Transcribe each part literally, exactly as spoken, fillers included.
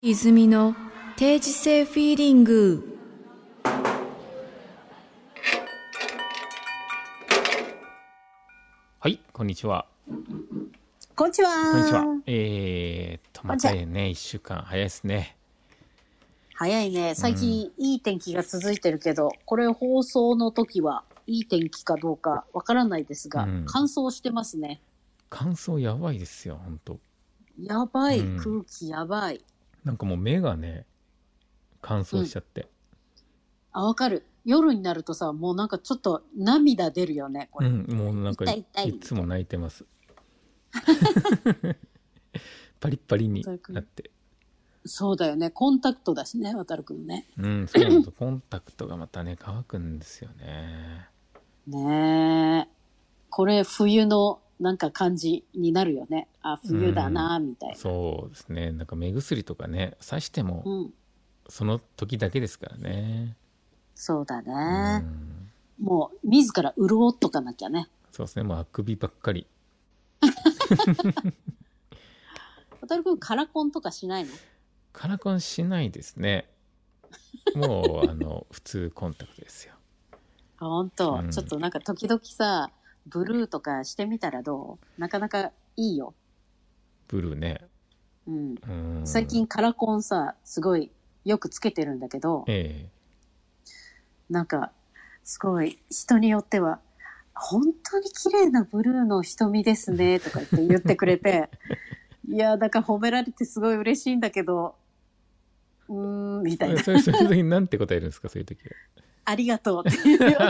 泉の定時性フィーリング。 はい、こんにちは。 こんにちは。 こんにちは。えーっと、またね、一週間早いですね。 早いね。最近、うん、いい天気が続いてるけど、これ放送の時はいい天気かどうかわからないですが、うん、乾燥してますね。 乾燥やばいですよ、ほんと。 やばい、うん、空気やばい。 なんかもう目がね、乾燥しちゃって。うん、 あ、わかる。夜になるとさ、もうなんかちょっと涙出るよね、これ。 うん、もうなんか い, 痛い痛いいつも泣いてます。パリッパリになって。 そうだよね。コンタクトだしね、渡るくんね。 うん、そうなんだ。コンタクトがまたね、乾くんですよね。 ねえ。これ冬のなんか感じになるよね。あ、冬だな、みたいな、うん。 そうですね。なんか目薬とかね、さしても、うん、その時だけですからね。 そうだね。うん、もう自ら潤っとかなきゃね。 そうですね。もうあくびばっかり。 渡るくんカラコンとかしないの？ カラコンしないですね。もうあの普通コンタクトですよ。 あ、ほんと、うん、ちょっとなんか時々さブルーとかしてみたらどう？なかなかいいよ。 ブルーね。 うん。うん、最近カラコンさすごいよくつけてるんだけど、ええ、なんかすごい人によっては本当に綺麗なブルーの瞳ですねとか言って言ってくれて。いやだから褒められてすごい嬉しいんだけど、うーんみたいな。 それそれ時なんて答えるんですか、そういう時は。 ありがとうって言うよ。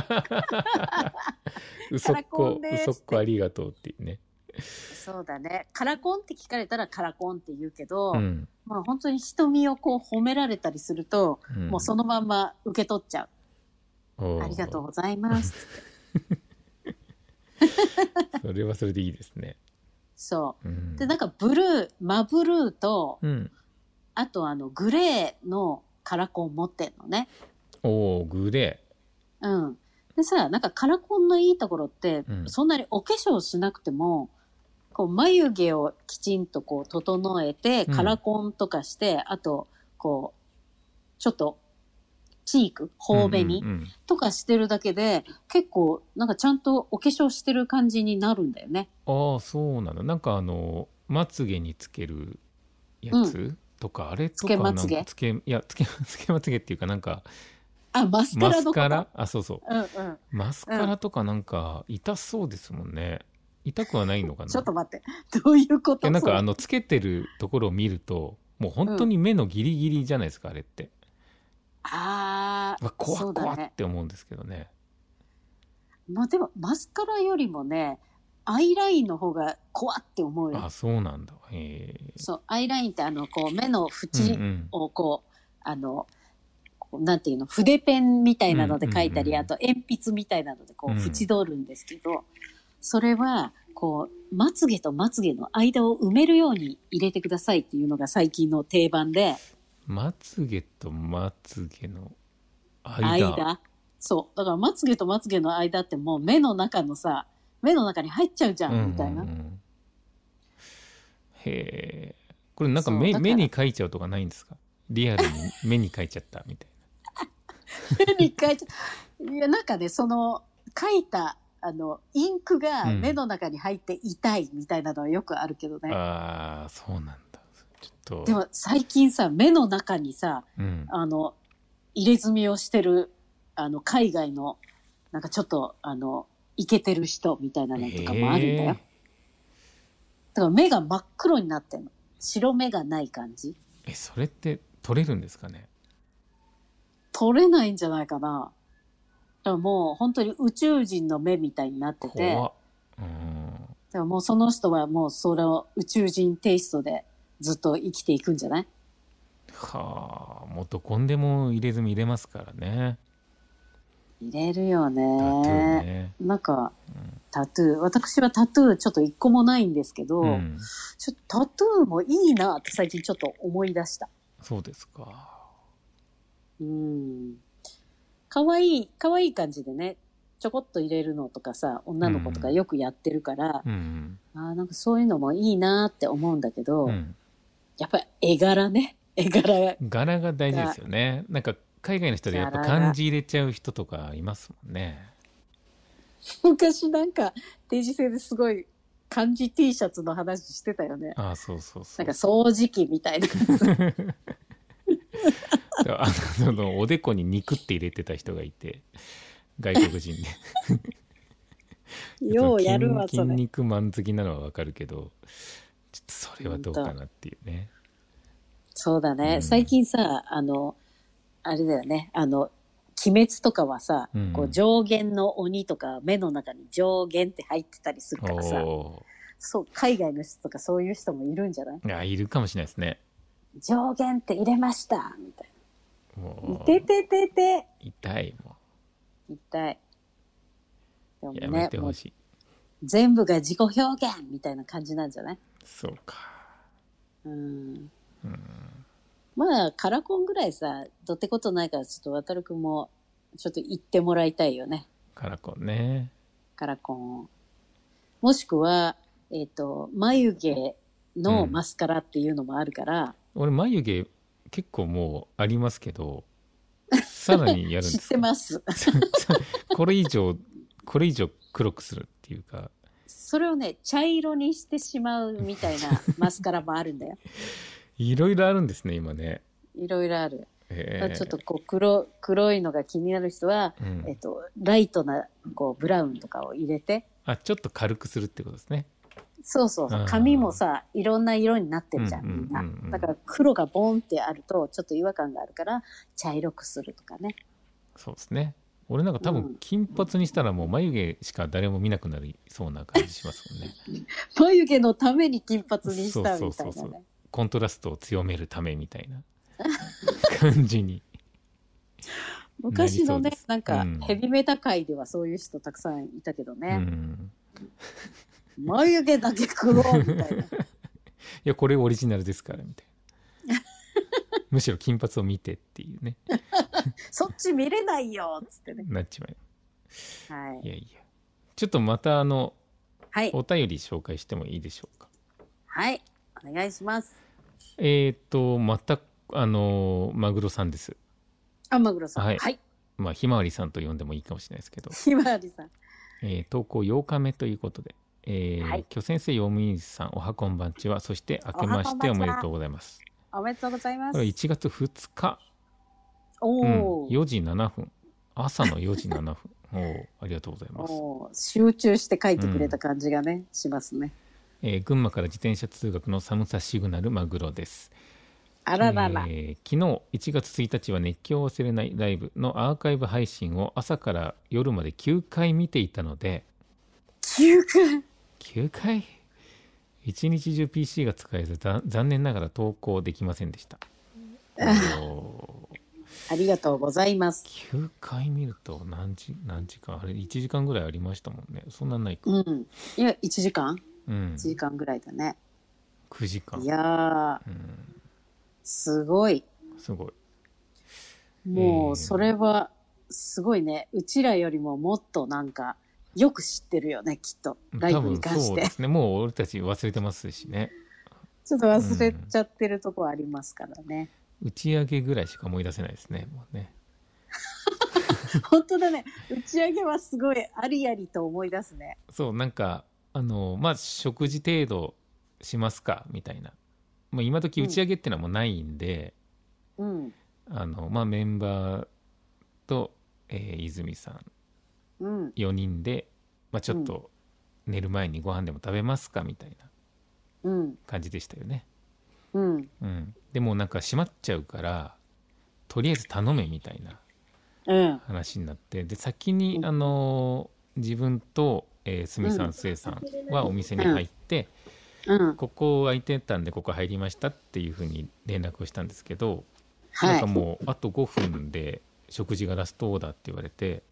嘘っこ嘘っこありがとうっていうね。 そうだね。カラコンって聞かれたらカラコンって言うけど、うん、まあ本当に瞳をこう褒められたりすると、うん、もうそのまんま受け取っちゃう。ありがとうございますってそれはそれでいいですね。 そう、うん、でなんかブルー真ブルーと、うん、あとあのグレーのカラコン持ってんのね。 おー、グレー。うん。でさ、なんかカラコンのいいところって、うん、そんなにお化粧しなくてもこう眉毛をきちんとこう整えて、カラコンとかして、うん、あとこうちょっとチーク頬紅とかしてるだけで、うんうんうん、結構なんかちゃんとお化粧してる感じになるんだよね。 ああ、そうなの。なんかあのまつげにつけるやつ、うん、とかあれとかつけまつげつけいやつけつけまつげっていうかなんかあマスカラのことマスカラあそうそう、 うんうん、 マスカラとかなんか痛そうですもんね。痛くはないのかな。 ちょっと待ってどういうこと？ いやなんかあのつけてるところを見るともう本当に目のギリギリじゃないですか、うん、あれって。 ああ、 怖っ怖って思うんですけどね。 まあでもマスカラよりもねアイラインの方が怖って思うよ。 あ、そうなんだ。へえ。 そうアイラインってあのこう目の縁をこう、うんうん、あのなんていうの筆ペンみたいなので描いたり、うんうんうん、あと鉛筆みたいなのでこう縁取るんですけど、うん、それはこうまつげとまつげの間を埋めるように入れてくださいっていうのが最近の定番で。 まつげとまつげの間, 間そうだからまつげとまつげの間ってもう目の中のさ目の中に入っちゃうじゃん、うんうんうん、みたいな。 へえ。これなんか 目, 目に描いちゃうとかないんですか？リアルに目に描いちゃったみたいな目に描いちゃったいやなんかねその描いたあのインクが目の中に入って痛いみたいなのはよくあるけどね、 うん、ああそうなんだ。ちょっとでも最近さ目の中にさ、うん、あの入れ墨をしてるあの海外のなんかちょっとあのイケてる人みたいなのとかもあるんだよ。だから目が真っ黒になってんの。白目がない感じ。 えそれって取れるんですかね？ 取れないんじゃないかな。だからもう本当に宇宙人の目みたいになってて、 怖っ。うん。 だからもうその人はもうそれを宇宙人テイストでずっと生きていくんじゃない？ はあ、もうどこんでも入れ墨入れますからね。 入れるよね。 タトゥーね。 なんか、うん、タトゥー。私はタトゥーちょっと一個もないんですけど、うん、ちょっとタトゥーもいいなって最近ちょっと思い出した。 そうですか。 うん。かわいい、かわいい感じでね、ちょこっと入れるのとかさ、女の子とかよくやってるから、うんうん、あなんかそういうのもいいなって思うんだけど、うん、やっぱり絵柄ね。 絵柄柄が大事ですよね。なんか海外の人でやっぱ漢字入れちゃう人とかいますもんね。 昔なんか定時制ですごい漢字 T シャツの話してたよね。 ああ、そうそうそう。 なんか掃除機みたいなあのそのおでこに肉って入れてた人がいて、外国人でようやるわそ筋れ。 肉マン好きなのはわかるけど、ちょっとそれはどうかなっていうね。 そうだね、 うん最近さ、あのあれだよね、あの鬼滅とかはさ、 うんこう上限の鬼とか目の中に上限って入ってたりするからさ、 おそう海外の人とかそういう人もいるんじゃない？ ー、いやいるかもしれないですね。 上限って入れましたみたいな。 もういてててて痛いも痛い。でもうやめね、もうてほしい。 全部が自己表現みたいな感じなんじゃない？ そうか。 うん。 うんまあカラコンぐらいさ、どってことないからちょっと渡るくんもちょっと言ってもらいたいよね。 カラコンね。 カラコンを。もしくは、えっ、と、眉毛のマスカラっていうのもあるから、 俺眉毛結構もうありますけど、さらにやるん知っですか？ てます。 これ以上これ以上黒くするっていうか。 それをね、茶色にしてしまうみたいなマスカラもあるんだよ。 いろいろあるんですね今ね。 いろいろある。 えーちょっとこう黒黒いのが気になる人は、 うんえっと、ライトなこうブラウンとかを入れて、 あ、ちょっと軽くするってことですね。 そうそうそうあー髪もさいろんな色になってるじゃん、 うんうんみんな、 うんうんだから黒がボンってあるとちょっと違和感があるから茶色くするとかね。 そうですね。俺なんか多分金髪にしたらもう眉毛しか誰も見なくなりそうな感じしますもんね。 眉毛のために金髪にしたそうみたいなね。 そうそうそうコントラストを強めるためみたいな感じに。 昔のねなりそうですなんかうんヘビメタ界ではそういう人たくさんいたけどうね、 ん、 眉毛だけ黒みたいな。 いやこれオリジナルですからみたいな。むしろ金髪を見てっていうねそっち見れないよっつってね。 なっちまう。 はいいやいや、ちょっとまたあのはいお便り紹介してもいいでしょうか。 はいお願いします。 えーとまたあのマグロさんです。 あマグロさんはいはい、 まあひまわりさんと呼んでもいいかもしれないですけど、 ひまわりさんえー投稿ようかめということで、えーはい巨先生よむいさんおはこんばんちは、そして明けましておめでとうございます。 おめでとうございます。 これいちがつふつか、 おうん、 お、 よじななふん、朝のよじななふん。おーありがとうございます。 おー集中して書いてくれた感じがね、しますね。 えー群馬から自転車通学の寒さシグナルマグロです。 あららら、 えー昨日いちがつついたちは熱狂を忘れないライブのアーカイブ配信を朝から夜まできゅうかい見ていたので、 きゅうかいきゅうかい一日中 ピーシー が使えずざ残念ながら投稿できませんでした。おーありがとうございます。 きゅうかい見ると何時何時間あれいちじかんぐらいありましたもんね。そんなんないか。 うん。いや、いちじかんうん ?いち 時間ぐらいだね。 くじかん。 いやー、 うんすごい。 すごい。 もう、 えーそれは、すごいね。うちらよりももっとなんか、よく知ってるよね、きっと。ライブに関して。 そうですね。もう俺たち忘れてますしね。 ちょっと忘れちゃってるとこありますからね。 打ち上げぐらいしか思い出せないですね。もうね。 本当だね。打ち上げはすごいありありと思い出すね。 そうなんかあのまあ食事程度しますかみたいな。まあ、今時打ち上げってのはもうないんで、 うん。 あのまあメンバーと、えー泉さんうん。 よにんで、まあ、ちょっと寝る前にご飯でも食べますかみたいなうん。 感じでしたよね。 うん。 うん、でもなんか閉まっちゃうからとりあえず頼めみたいなうん。 話になって、で先に、 うんあの自分と、えー、すみさん、すえさんはお店に入って、 うん。 ここ空いてたんでここ入りましたっていうふうに連絡をしたんですけど、 はい。 なんかもうあとごふんで食事がラストオーダーって言われて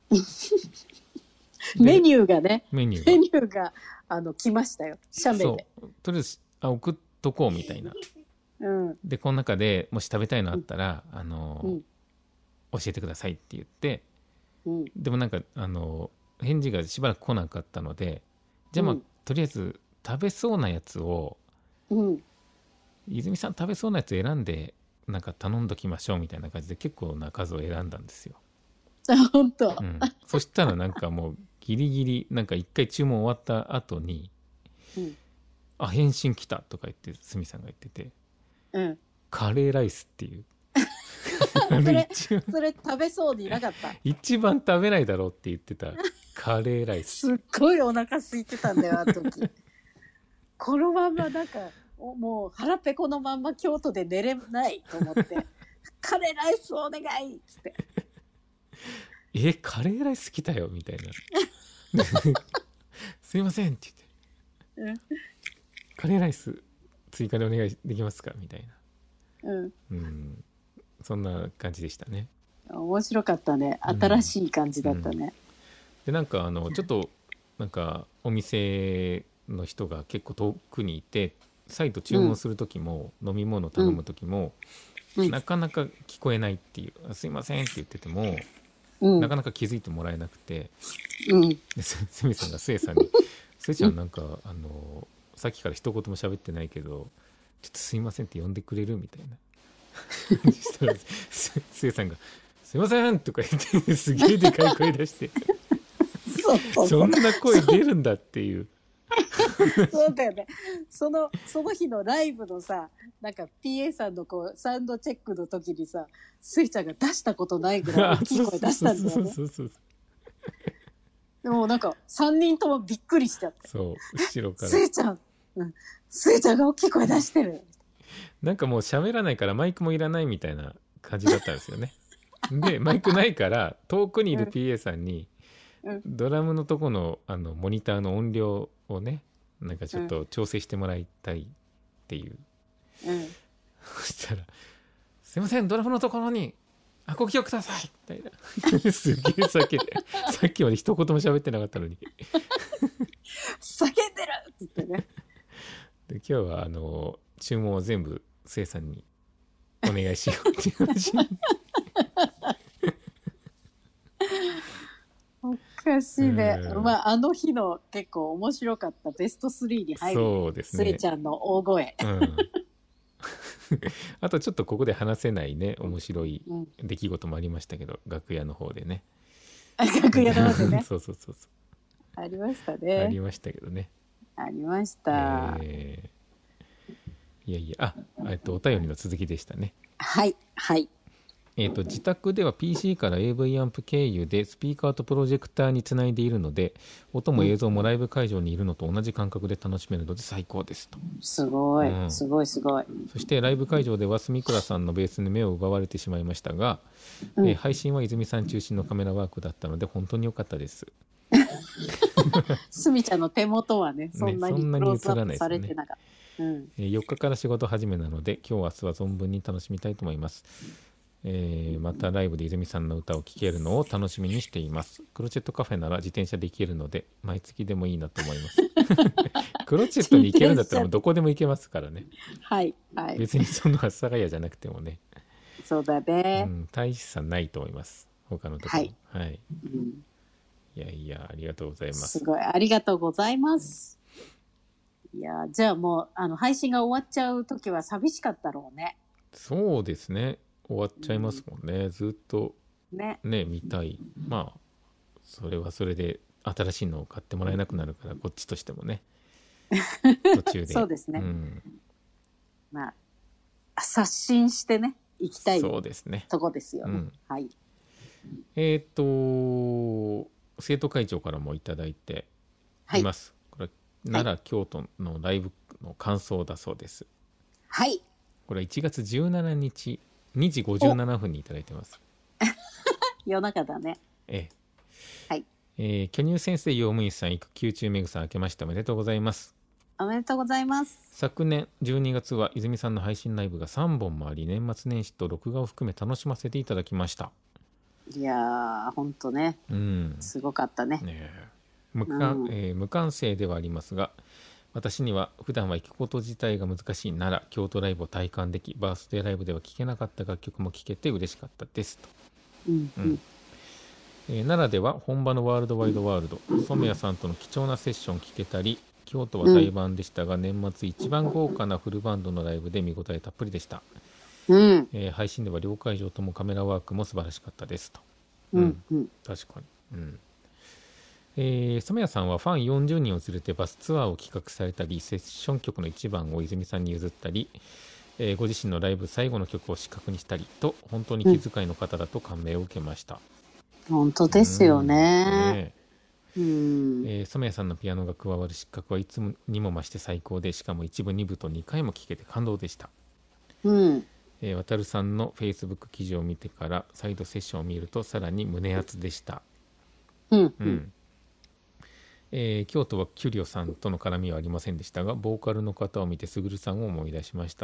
メニューがね、 メニューメニューが、あの、来ましたよ。写メそで。 うとりあえずあ送っとこうみたいな。 うん。 でこの中でもし食べたいのあったら、あのうん。 教えてくださいって言って、 うん。 でもなんかあの返事がしばらく来なかったので、じゃあまあ、 うんとりあえず食べそうなやつをうん。 泉さん食べそうなやつ選んでなんか頼んどきましょうみたいな感じで結構な数を選んだんですよ。 本当、 うん、そしたらなんかもうギリギリなんか一回注文終わった後に「うん、あ返信来た」とか言って鷲見さんが言ってて、うん、カレーライスっていうそれそれ食べそうになかった。 一番食べないだろうって言ってたカレーライス。 すっごいお腹空いてたんだよあの時このまんまなんかもう腹ペコのまんま京都で寝れないと思ってカレーライスお願いっつってえカレーライス来たよみたいなすいませんって言って、うん、カレーライス追加でお願いできますかみたいな、うんうん、そんな感じでしたね。 面白かったね。新しい感じだったね、うんうん、 でなんかあのちょっとなんかお店の人が結構遠くにいて再度注文する時も、うん、飲み物頼む時も、うん、なかなか聞こえないっていう、すいませんって言ってても、うん、なかなか気づいてもらえなくて、うん、セミさんがスエさんに「スエちゃんなんか、うん、あのさっきから一言も喋ってないけどちょっとすいませんって呼んでくれる?」みたいなそしたらスエさんが「すいません!」とか言ってすげえでかい声出してそうそうそうそんな声出るんだっていうそうだよね。そのその日のライブのさ、なんか ピーエー さんのこうサウンドチェックの時にさ、スイちゃんが出したことないぐらい大きい声出したんだよね。でもなんかさんにんともびっくりしちゃって。 そう後ろから。 スイちゃん、うん、スイちゃんが大きい声出してる。 なんかもう喋らないからマイクもいらないみたいな感じだったんですよね。でマイクないから遠くにいる ピーエー さんに、うん、ドラムのとこのあのモニターの音量をねなんかちょっと調整してもらいたいっていう、うん、そしたら「すいませんドラムのところにあご記憶ください」みたいなすげえ叫んでさっきまで一言も喋ってなかったのに叫んでるって言ってね。 で今日はあの注文を全部せいさんにお願いしようっていう話おかしいね、うんまあ、あの日の結構面白かったベストスリーに入る、 そうですね、 スエちゃんの大声、うん、 あとちょっとここで話せないね面白い出来事もありましたけど、うん、楽屋の方でね楽屋の方でねそうそうそうそうありましたねありましたけどねありました、 えー、いやいやあえっとお便りの続きでしたね。 はいはいえー、と自宅では ピーシー から エーブイ アンプ経由でスピーカーとプロジェクターにつないでいるので音も映像もライブ会場にいるのと同じ感覚で楽しめるので最高ですと。 すごい、うん、すごいすごい。 そしてライブ会場では住倉さんのベースに目を奪われてしまいましたが、うんえー、配信は泉さん中心のカメラワークだったので本当に良かったです。 すみちゃんの手元はねそんなにクローズアップされてなかった、ねうんえー、よっかから仕事始めなので今日明日は存分に楽しみたいと思います。えー、またライブで泉さんの歌を聴けるのを楽しみにしています。クロチェットカフェなら自転車で行けるので毎月でもいいなと思いますクロチェットに行けるんだったらもうどこでも行けますからねはい、はい、 別にその阿佐ヶ谷じゃなくてもねそうだね、 うん、大しさないと思います他のところ。はい、はいうん、いやいやありがとうございます。 すごいありがとうございます。いやじゃあもうあの配信が終わっちゃう時は寂しかったろうね。 そうですね終わっちゃいますもんね、うん、ずっと ね, ね見たい。まあそれはそれで新しいのを買ってもらえなくなるからこっちとしてもね途中でそうですね、うん、まあ刷新してね行きたいそうですねとこですよね、うん、はいえっ、ー、と生徒会長からもいただいています、はい、これ奈良、はい、京都のライブの感想だそうです。 はいこれはいちがつじゅうしちにちにじごじゅうななふんにいただいてます。 夜中だね。 ええ。 はい。 えー、巨乳先生、用務員さん、育休中めぐさん、明けましておめでとうございます。 おめでとうございます。 昨年じゅうにがつは泉さんの配信ライブがさんぼんもあり、年末年始と録画を含め楽しませていただきました。 いやー、ほんとね。うん。すごかったね。 ね無か、うんえー、無関性ではありますが、私には普段は行くこと自体が難しい奈良、京都ライブを体感でき、バースデーライブでは聴けなかった楽曲も聴けて嬉しかったですと。うんうんえー、奈良では本場のワールドワイドワールド、染谷さんとの貴重なセッション聴けたり、京都は対バンでしたが、うん、年末一番豪華なフルバンドのライブで見応えたっぷりでした。 うんえー配信では両会場ともカメラワークも素晴らしかったですと。 うんうん確かに。うんえー、染谷さんはファンよんじゅうにんを連れてバスツアーを企画されたり、セッション曲の一番を泉さんに譲ったり、えーご自身のライブ最後の曲を視覚にしたりと、本当に気遣いの方だと感銘を受けました。 本当ですようんね。 ねうんえー染谷さんのピアノが加わる失格はいつもにも増して最高で、しかも一部二部とにかいも聴けて感動でした。 うんえー、渡るさんの Facebook 記事を見てから再度セッションを見るとさらに胸熱でした。 うんううんんえー京都はキュリオさんとの絡みはありませんでしたが、ボーカルの方を見てすぐるさんを思い出しました。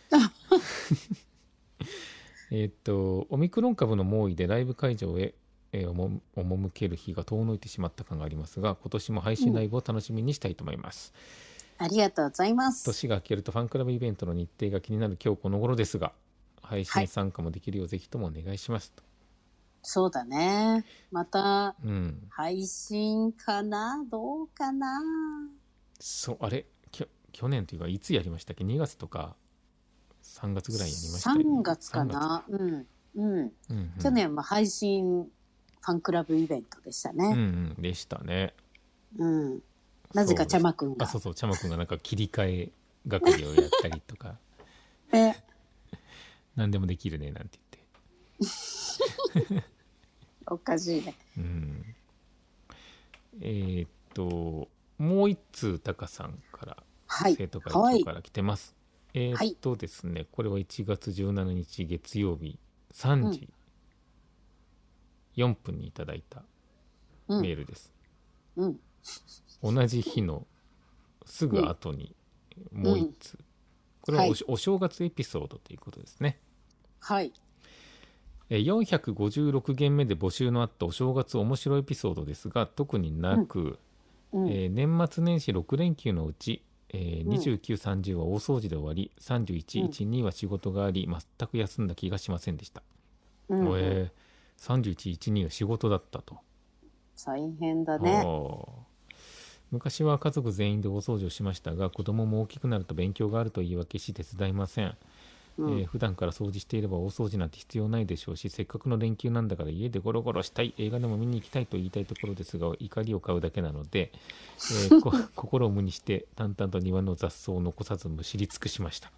えーっとオミクロン株の猛威でライブ会場へ、えー、赴赴ける日が遠のいてしまった感がありますが、今年も配信ライブを楽しみにしたいと思います。 ありがとうございます。 年が明けるとファンクラブイベントの日程が気になる今日この頃ですが、配信はい参加もできるようぜひともお願いしますと。 そうだね。またうん配信かなどうかな。 そうあれきょ去年というかいつやりましたっけ？にがつとかさんがつぐらいやりましたよね。 さんがつかな。うんうん。 うんうん去年は配信ファンクラブイベントでしたうんうね。 んでしたね。 うん。なぜかちゃまくんが。 あそうそうちゃまくんがなんか切り替え係をやったりとかえ、 何でもできるねなんて言っておかしいね。 うんえーっともう一通タカさんからはい。 生徒会はい長から来てます。えーっとですねこれはいちがつじゅうしちにち月曜日さんじよんぷんにいただいたうんメールです。 うん。 同じ日のすぐ後にもう一通、これはお,、 はいお正月エピソードということですね。 はい。 えーよんひゃくごじゅうろくげんめで募集のあったお正月面白いエピソードですが特になく、 うん。 えー年末年始ろくれんきゅうのうち、えー、にじゅうく、さんじゅうは大掃除で終わり、さんじゅういち、いち、には仕事があり全く休んだ気がしませんでした。 うんうんえー、さんじゅういち、いち、には仕事だったと。 大変だね。 あー昔は家族全員で大掃除をしましたが、子供も大きくなると勉強があると言い訳し手伝いません。 うんえー普段から掃除していれば大掃除なんて必要ないでしょうし、せっかくの連休なんだから家でゴロゴロしたい、映画でも見に行きたいと言いたいところですが怒りを買うだけなので、えーこ心を無にして淡々と庭の雑草を残さずむしり尽くしました。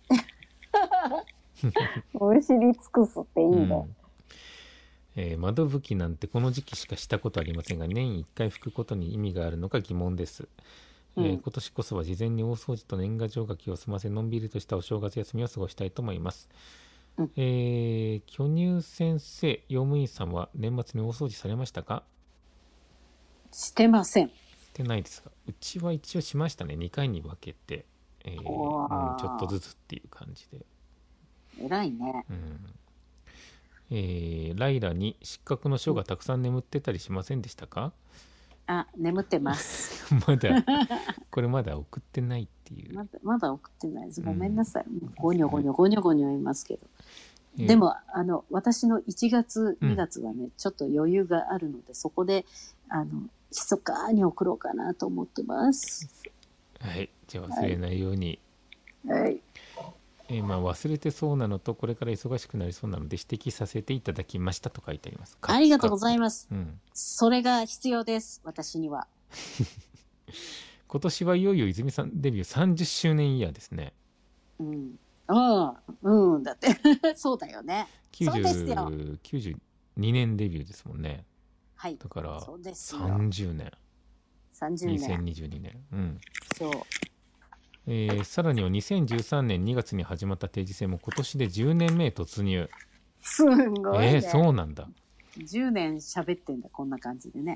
むしり尽くすっていいね。 うんえー窓拭きなんてこの時期しかしたことありませんが、年いっかい拭くことに意味があるのか疑問です。えーうん今年こそは事前に大掃除と年賀状書きを済ませのんびりとしたお正月休みを過ごしたいと思います。 うんえー巨乳先生用務員さんは年末に大掃除されましたか？ してません。 してないですが、うちは一応しましたね。にかいに分けて、えーおーうんちょっとずつっていう感じで、 偉いね。 うんえーライラに失格の書がたくさん眠ってたりしませんでしたか？ あ、眠ってます。 まだこれまだ送ってないっていう、 まだまだ送ってないです。 うんごめんなさい。ゴニョゴニョゴニョゴニョ言いますけど。 えーでも、あの、私のいちがつ、 うんにがつはね、ちょっと余裕があるので、そこで、あの、密かに送ろうかなと思ってます。 はいじゃあ忘れないように、 はい。 えーまあ、忘れてそうなのとこれから忙しくなりそうなので指摘させていただきましたと書いてあります。 ありがとうございまます。 す、うん、 それが必要です。私には。 今年はいよいよ泉さんデビューさんじゅっしゅうねんイヤーですね。 うん。ああ、うん。だって、そうだよね。そうですよ。 きゅうじゅう、きゅうじゅうにねんデビューですもんね。 はい。 だからそうですよ。 さんじゅうねんさんじゅうねん。 にせんにじゅうにねん、うんそう。 えーさらにはにせんじゅうさんねんにがつに始まった定時制も今年でじゅうねんめへ突入。 すごいね。 えー、そうなんだ。 じゅうねん喋ってんだ、こんな感じでね。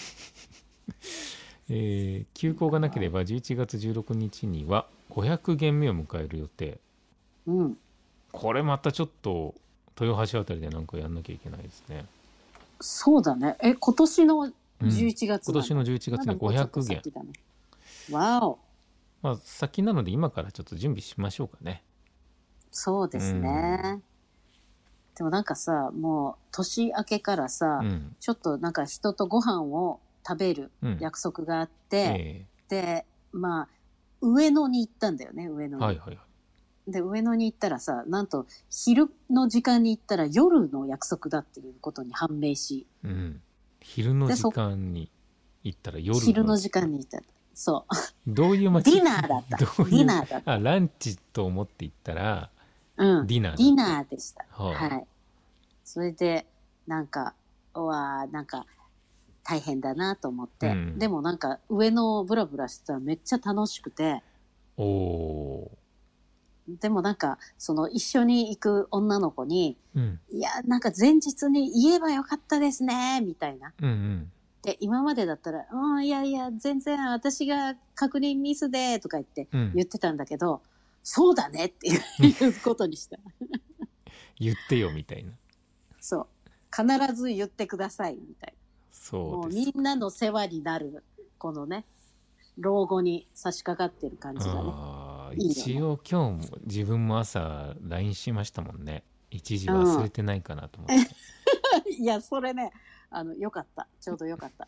えー休校がなければじゅういちがつじゅうろくにちにはごひゃくげんめを迎える予定。 うん。 これまたちょっと豊橋あたりでなんかやんなきゃいけないですね。 そうだね。え、今年のじゅういちがつ、 今年のじゅういちがつにごひゃくげん、 ね、わお。 まあ先なので今からちょっと準備しましょうかね。 そうですね。 うんでもなんかさ、もう年明けからさ、 うんちょっとなんか人とご飯を食べるうん約束があって、 えで、まあ、上野に行ったんだよね、上野に。 ーはいはいはいで、上野に行ったらさ、なんと昼の時間に行ったら夜の約束だっていうことに判明し。 うん。昼の時間に行ったら夜の。 昼の時間に行ったら。そう。 どういう街？ ディナーだった。 どういうディナーだった。 あ、ランチと思って行ったら、 うん。 ディナーだった。 ディナーでした。 はあ、 はい。それで、なんか、うわー、なんか、大変だなと思って、うん、でもなんか上のブラブラしてたらめっちゃ楽しくて、 おでもなんかその一緒に行く女の子に、 うん、 いやなんか前日に言えばよかったですねみたいな、 うんうん、 で今までだったら、うん、いやいや全然私が確認ミスでとか言って言ってたんだけど、うん、そうだねっていうことにした言ってよみたいな、 そう必ず言ってくださいみたいな、 そうです、 もうみんなの世話になるこのね老後に差し掛かってる感じがね。 あいいね、一応今日も自分も朝 ライン しましたもんね。一時忘れてないかなと思って、 うん、いやそれねあのよかったちょうどよかった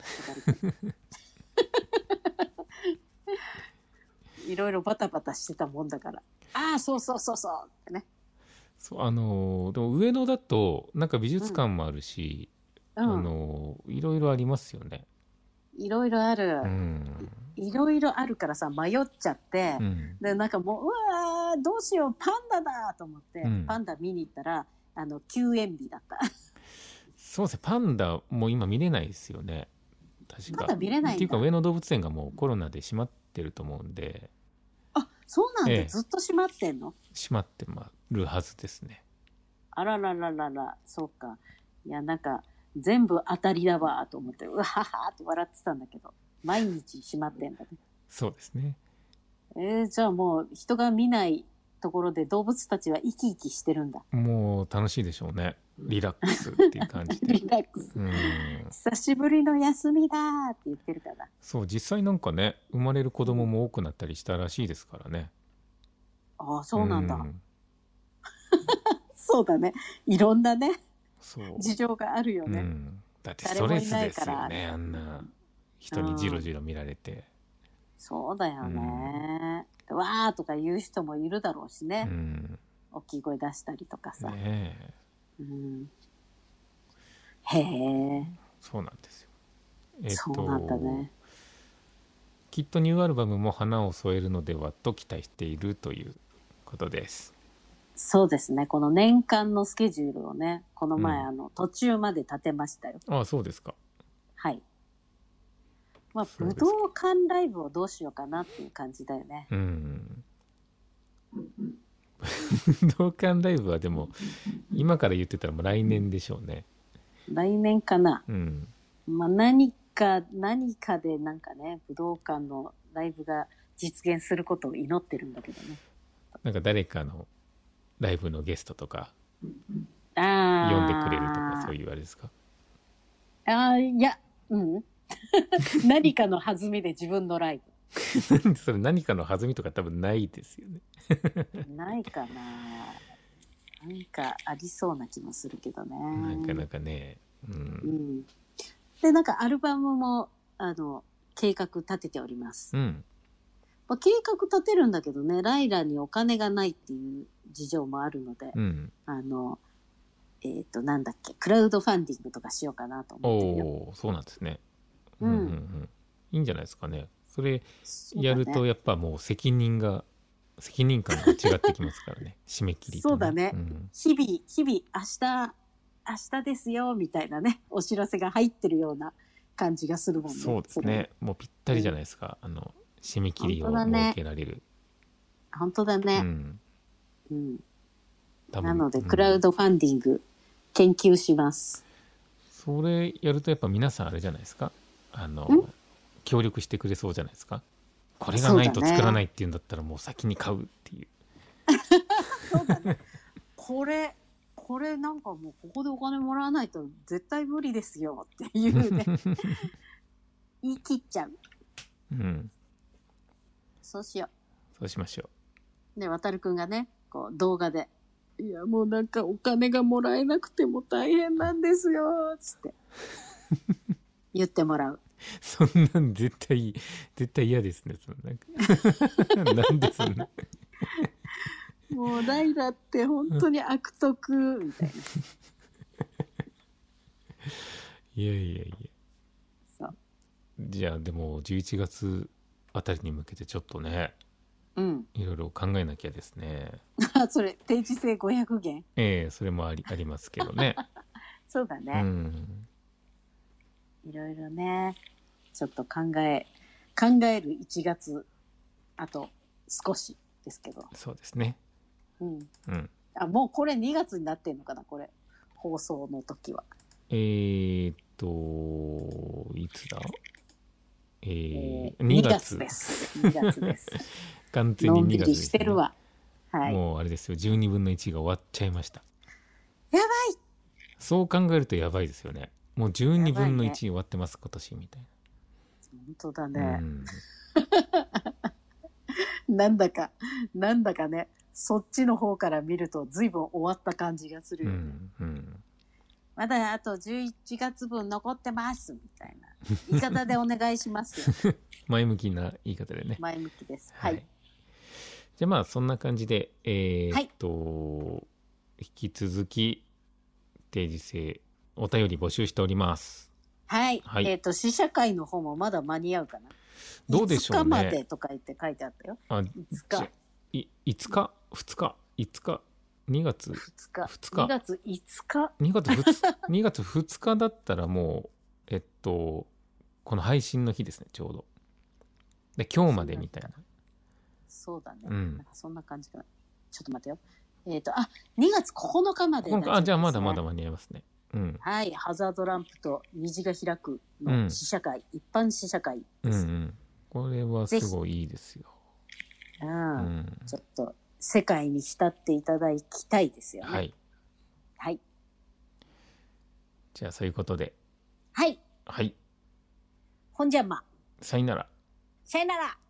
いろいろバタバタしてたもんだから、ああそうそうそうそうってね。 そうあのでも上野だとなんか美術館もあるし、うん、あのいろいろありますよね。 いろいろある、うん、いろいろあるからさ迷っちゃって、うん、でなんかもううわーどうしようパンダだと思って、うん、パンダ見に行ったらあの休園日だったそうですね、パンダもう今見れないですよね確か。 まだ見れないんだ。 っていうか上野動物園がもうコロナで閉まってると思うんで。 あ、そうなんだ、ええ、ずっと閉まってんの？ 閉まってるはずですね。 あららららら、そうか。いやなんか全部当たりだわと思ってうわははって笑ってたんだけど、毎日閉まってんだね。 そうですね。 えー、じゃあもう人が見ないところで動物たちは生き生きしてるんだ。 もう楽しいでしょうね。リラックスっていう感じでリラックス、うん、久しぶりの休みだって言ってるかな。 そう実際なんかね生まれる子供も多くなったりしたらしいですからね。 ああそうなんだ、うん、そうだね、いろんなねそう事情があるよね、うん、 だってストレスですよね、あんな人にジロジロ見られて、うん、 そうだよね、うん、わーとか言う人もいるだろうしね、うん、大きい声出したりとかさ、ねえ、うん、へえそうなんですよ、えっと、 そうなんだね。 きっとニューアルバムも花を添えるのではと期待しているということです。 そうですね、この年間のスケジュールをねこの前、うん、あの途中まで立てましたよ。 ああそうですか。 はい、まあ武道館ライブをどうしようかなっていう感じだよね。うん武道館ライブはでも今から言ってたらもう来年でしょうね。 来年かな、 うん、 まあ何か何かでなんかね武道館のライブが実現することを祈ってるんだけどね。 なんか誰かのライブのゲストとかあ呼んでくれるとかそういうあれですか？ ああいやうん何かの弾みで自分のライブそれ何かの弾みとか多分ないですよねないかな、なんかありそうな気もするけどね。 なかなかね、うん、うん、 でなんかアルバムもあの計画立てております、 うん、 まあ、計画立てるんだけどねライラにお金がないっていう事情もあるので、 うん、 あのえっ、ー、となんだっけクラウドファンディングとかしようかなと思ってるよ。 おそうなんですね、 うんうんうんうんいいんじゃないですかね。それやるとやっぱもう責任が責任感が違ってきますからね締め切りと、ね、 そうだね、うん、日々日々明日明日ですよみたいなねお知らせが入ってるような感じがするもんね。 そうですね、もうぴったりじゃないですか、うん、あの締め切りを設けられる。 本当だね、 うんうん、なので、うん、クラウドファンディング研究します。 それやるとやっぱ皆さんあれじゃないですか、あの協力してくれそうじゃないですか。これがないと作らないっていうんだったらもう先に買うっていうそうだね、これこれなんかもうここでお金もらわないと絶対無理ですよっていうね言い切っちゃう。 うんそうしようそうしましょう。で渡るくんがねこう動画でいやもうなんかお金がもらえなくても大変なんですよつって言ってもらう。 そんなん絶対絶対嫌ですね。そのなんかなんでそんなもうライラって本当に悪徳みたいな。 いやいやいや。 そう。 じゃあでもじゅういちがつあたりに向けてちょっとね、 うん。 いろいろ考えなきゃですね。 それ定時制ごひゃくげん。 ええ、それもありありますけどね。 そうだうね。 ん。 いろいろね、ちょっと考え考えるいちがつあと少しですけど。 そうですね。 うん。 うん。 あ、もうこれにがつになってんのかな、これ放送の時は。 えーっといつだ。えー、 えー、 ににががつつです。にがつです。 完全ににがつのんびりです、ね、 してるわ。はい。 もうあれですよ、じゅうにぶんのいちが終わっちゃいました。 やばい。 そう考えるとやばいですよね。もうじゅうにぶんのいち終わってます、今年みたいな。 本当だね。 うん、 なんだか、なんだかね、そっちの方から見ると随分終わった感じがするうよね。 んうん、 まだあとじゅういちがつぶん残ってますみたいな言い方でお願いしますよ。 前向きな言い方でね。 前向きです。はい。はい、 じゃあまあそんな感じで、えー、っと、はい、引き続き定時制お便り募集しております。 はい。はい、えっ、ー、と試写会の方もまだ間に合うかな。 どうでしょうね。いつかまでとか言って書いてあったよ。 あ、 いつか。 い、いつか、ふつか、いつか、にがつふつか、 ふつか、 にがついつか、 にがつふつか、にがつふつかだったらもう、えっと、この配信の日ですね、ちょうど。で、今日までみたいな。 そうだね。 うん、 なんかそんな感じかな。ちょっと待ってよ。えっ、ー、と、あ、にがつここのかまで、ね。 あ、じゃあまだまだ間に合いますね。うん、 はい。ハザードランプと虹が開くの試写会、うん、一般試写会です。 うんうん。これはすごいいいですよ。 うん、うん。ちょっと世界に浸っていただきたいですよね。 はい。 はい。 じゃあそういうことで。 はい。 はい。 ほんじゃま。 さよなら。 さよなら。